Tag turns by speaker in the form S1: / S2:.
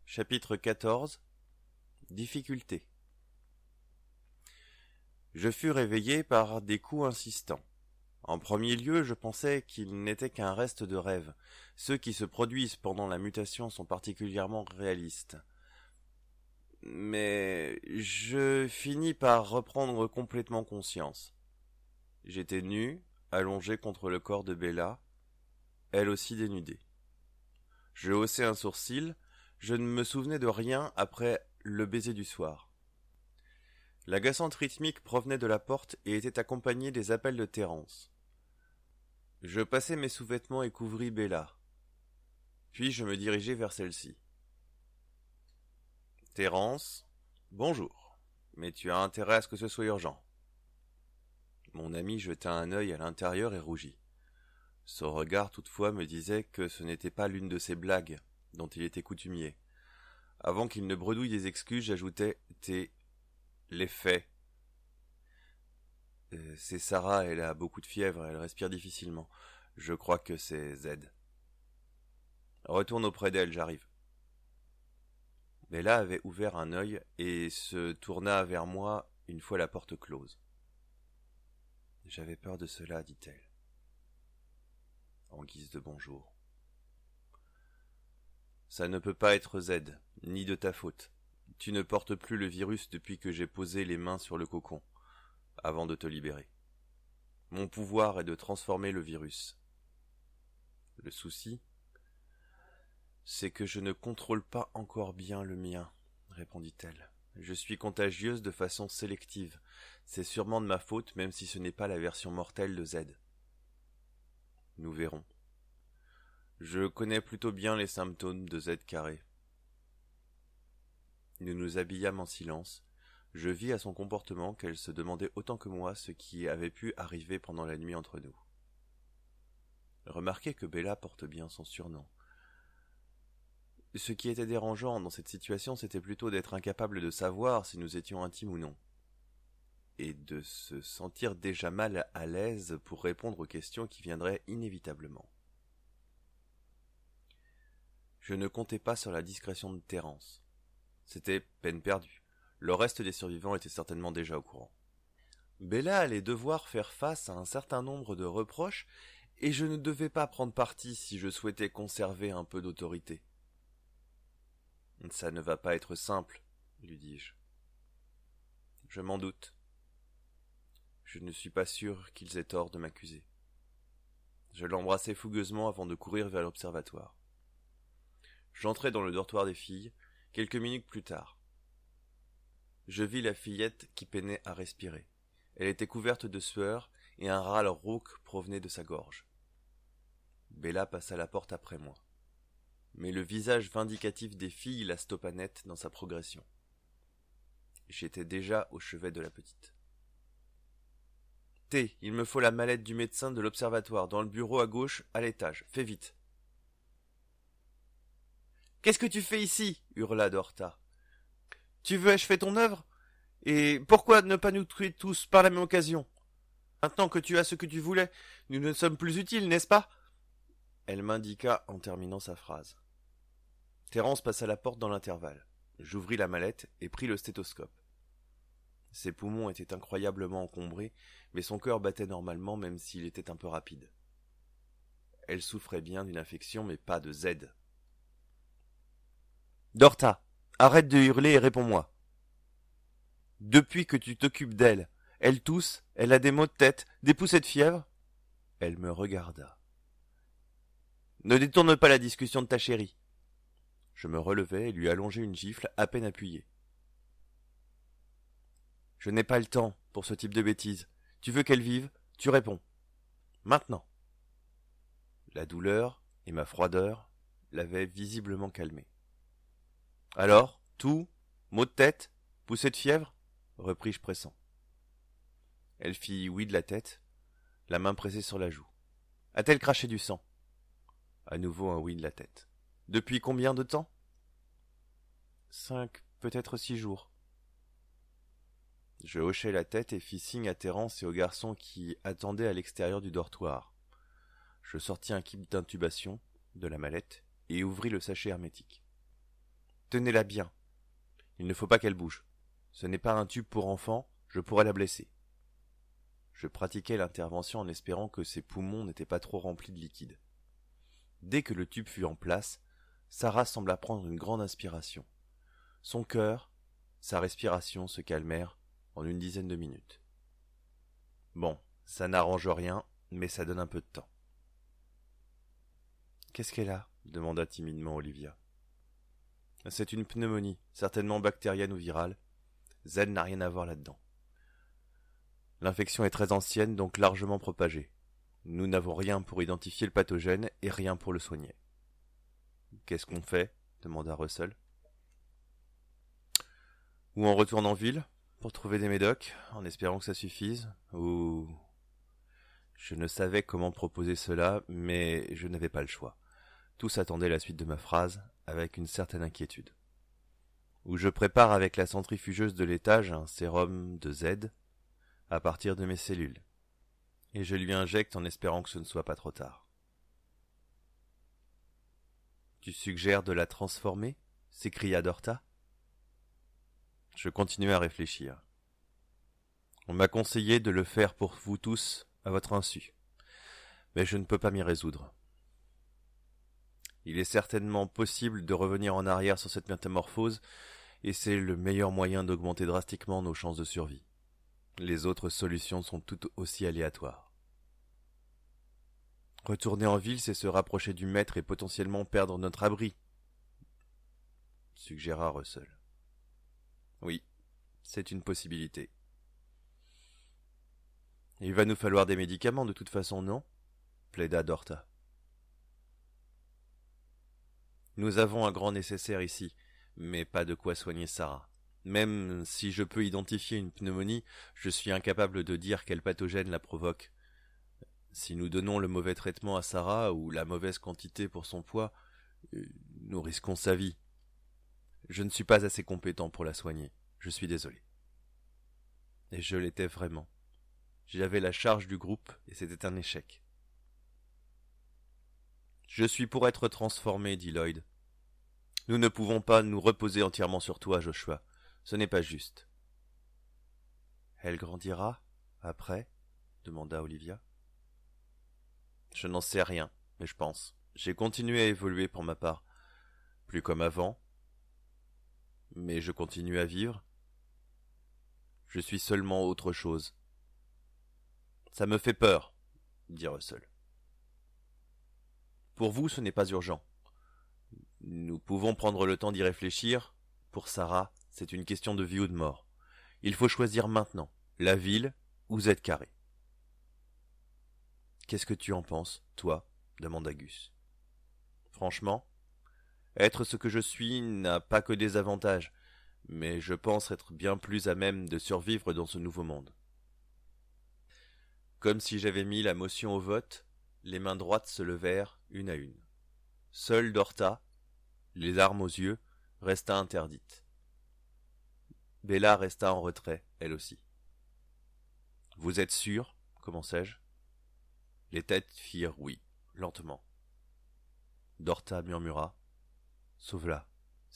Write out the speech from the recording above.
S1: Chapitre 14. Difficulté. Je fus réveillé par des coups insistants. En premier lieu, je pensais qu'il n'était qu'un reste de rêve. Ceux qui se produisent pendant la mutation sont particulièrement réalistes. Mais je finis par reprendre complètement conscience. J'étais nu, allongé contre le corps de Bella, elle aussi dénudée. Je haussai un sourcil, je ne me souvenais de rien après le baiser du soir. L'agaçante rythmique provenait de la porte et était accompagnée des appels de Thérence. Je passai mes sous-vêtements et couvris Bella. Puis je me dirigeai vers celle-ci. « Thérence, bonjour, mais tu as intérêt à ce que ce soit urgent. » Mon ami jeta un œil à l'intérieur et rougit. Son regard toutefois me disait que ce n'était pas l'une de ces blagues dont il était coutumier. Avant qu'il ne bredouille des excuses, j'ajoutai « les faits. C'est Sarah, elle a beaucoup de fièvre, elle respire difficilement. Je crois que c'est Z. Retourne auprès d'elle, j'arrive. » Bella avait ouvert un œil et se tourna vers moi une fois la porte close. « J'avais peur de cela, dit-elle, en guise de bonjour. Ça ne peut pas être Z, ni de ta faute. Tu ne portes plus le virus depuis que j'ai posé les mains sur le cocon, avant de te libérer. Mon pouvoir est de transformer le virus. Le souci, c'est que je ne contrôle pas encore bien le mien, répondit-elle. Je suis contagieuse de façon sélective. C'est sûrement de ma faute, même si ce n'est pas la version mortelle de Z. Nous verrons. Je connais plutôt bien les symptômes de Z carré. Nous nous habillâmes en silence. Je vis à son comportement qu'elle se demandait autant que moi ce qui avait pu arriver pendant la nuit entre nous. Remarquez que Bella porte bien son surnom. Ce qui était dérangeant dans cette situation, c'était plutôt d'être incapable de savoir si nous étions intimes ou non, et de se sentir déjà mal à l'aise pour répondre aux questions qui viendraient inévitablement. Je ne comptais pas sur la discrétion de Thérence. C'était peine perdue. Le reste des survivants était certainement déjà au courant. Bella allait devoir faire face à un certain nombre de reproches, et je ne devais pas prendre parti si je souhaitais conserver un peu d'autorité. « Ça ne va pas être simple, » lui dis-je. « Je m'en doute. Je ne suis pas sûr qu'ils aient tort de m'accuser. » Je l'embrassai fougueusement avant de courir vers l'observatoire. J'entrai dans le dortoir des filles, quelques minutes plus tard. Je vis la fillette qui peinait à respirer. Elle était couverte de sueur et un râle rauque provenait de sa gorge. Bella passa la porte après moi. Mais le visage vindicatif des filles la stoppa net dans sa progression. J'étais déjà au chevet de la petite. « Il me faut la mallette du médecin de l'observatoire, dans le bureau à gauche, à l'étage. Fais vite. »« Qu'est-ce que tu fais ici ?» hurla Dorta. « Tu veux achever ton œuvre ? Et pourquoi ne pas nous tuer tous par la même occasion ? Maintenant que tu as ce que tu voulais, nous ne sommes plus utiles, n'est-ce pas ?» Elle m'indiqua en terminant sa phrase. Thérence passa la porte dans l'intervalle. J'ouvris la mallette et pris le stéthoscope. Ses poumons étaient incroyablement encombrés, mais son cœur battait normalement même s'il était un peu rapide. Elle souffrait bien d'une infection, mais pas de Z. « Dorta, arrête de hurler et réponds-moi. Depuis que tu t'occupes d'elle, elle tousse, elle a des maux de tête, des poussées de fièvre ?» Elle me regarda. « Ne détourne pas la discussion de ta chérie. » Je me relevai et lui allongeai une gifle à peine appuyée. « Je n'ai pas le temps pour ce type de bêtises. Tu veux qu'elle vive, tu réponds. Maintenant. » La douleur et ma froideur l'avaient visiblement calmée. « Alors, tout, maux de tête, poussée de fièvre ?» repris-je pressant. Elle fit oui de la tête, la main pressée sur la joue. « A-t-elle craché du sang ?» À nouveau un oui de la tête. « Depuis combien de temps ? » 5, peut-être 6 jours. Je hochai la tête et fis signe à Thérence et aux garçons qui attendaient à l'extérieur du dortoir. Je sortis un kit d'intubation de la mallette et ouvris le sachet hermétique. Tenez-la bien. Il ne faut pas qu'elle bouge. Ce n'est pas un tube pour enfants, je pourrais la blesser. Je pratiquais l'intervention en espérant que ses poumons n'étaient pas trop remplis de liquide. Dès que le tube fut en place, Sarah sembla prendre une grande inspiration. Son cœur, sa respiration se calmèrent en une dizaine de minutes. Bon, ça n'arrange rien, mais ça donne un peu de temps. « Qu'est-ce qu'elle a ?» demanda timidement Olivia. « C'est une pneumonie, certainement bactérienne ou virale. Z n'a rien à voir là-dedans. L'infection est très ancienne, donc largement propagée. Nous n'avons rien pour identifier le pathogène et rien pour le soigner. »« Qu'est-ce qu'on fait ?» demanda Russell. « Ou on retourne en ville pour trouver des médocs, en espérant que ça suffise, ou... » Je ne savais comment proposer cela, mais je n'avais pas le choix. Tous attendaient la suite de ma phrase, avec une certaine inquiétude. « Ou je prépare avec la centrifugeuse de l'étage un sérum de Z à partir de mes cellules, et je lui injecte en espérant que ce ne soit pas trop tard. »« Tu suggères de la transformer ?» s'écria Dorta. Je continuai à réfléchir. On m'a conseillé de le faire pour vous tous, à votre insu, mais je ne peux pas m'y résoudre. Il est certainement possible de revenir en arrière sur cette métamorphose, et c'est le meilleur moyen d'augmenter drastiquement nos chances de survie. Les autres solutions sont toutes aussi aléatoires. Retourner en ville, c'est se rapprocher du maître et potentiellement perdre notre abri, suggéra Russell. Oui, c'est une possibilité. Il va nous falloir des médicaments de toute façon, non ? Plaida Dorta. Nous avons un grand nécessaire ici, mais pas de quoi soigner Sarah. Même si je peux identifier une pneumonie, je suis incapable de dire quel pathogène la provoque. Si nous donnons le mauvais traitement à Sarah ou la mauvaise quantité pour son poids, nous risquons sa vie. Je ne suis pas assez compétent pour la soigner, je suis désolé. Et je l'étais vraiment. J'avais la charge du groupe et c'était un échec. Je suis pour être transformé, dit Lloyd. Nous ne pouvons pas nous reposer entièrement sur toi, Joshua. Ce n'est pas juste. Elle grandira, après ? Demanda Olivia. Je n'en sais rien, mais je pense. J'ai continué à évoluer pour ma part. Plus comme avant, mais je continue à vivre. Je suis seulement autre chose. Ça me fait peur, dit Russell. Pour vous, ce n'est pas urgent. Nous pouvons prendre le temps d'y réfléchir. Pour Sarah, c'est une question de vie ou de mort. Il faut choisir maintenant, la ville ou Z carré. Qu'est-ce que tu en penses, toi ? Demanda Gus. Franchement, être ce que je suis n'a pas que des avantages, mais je pense être bien plus à même de survivre dans ce nouveau monde. Comme si j'avais mis la motion au vote, les mains droites se levèrent une à une. Seule Dorta, les larmes aux yeux, resta interdite. Bella resta en retrait, elle aussi. « Vous êtes sûr ?» commençai-je. Les têtes firent oui, lentement. Dorta murmura « Sauve-la, s'il te plaît. »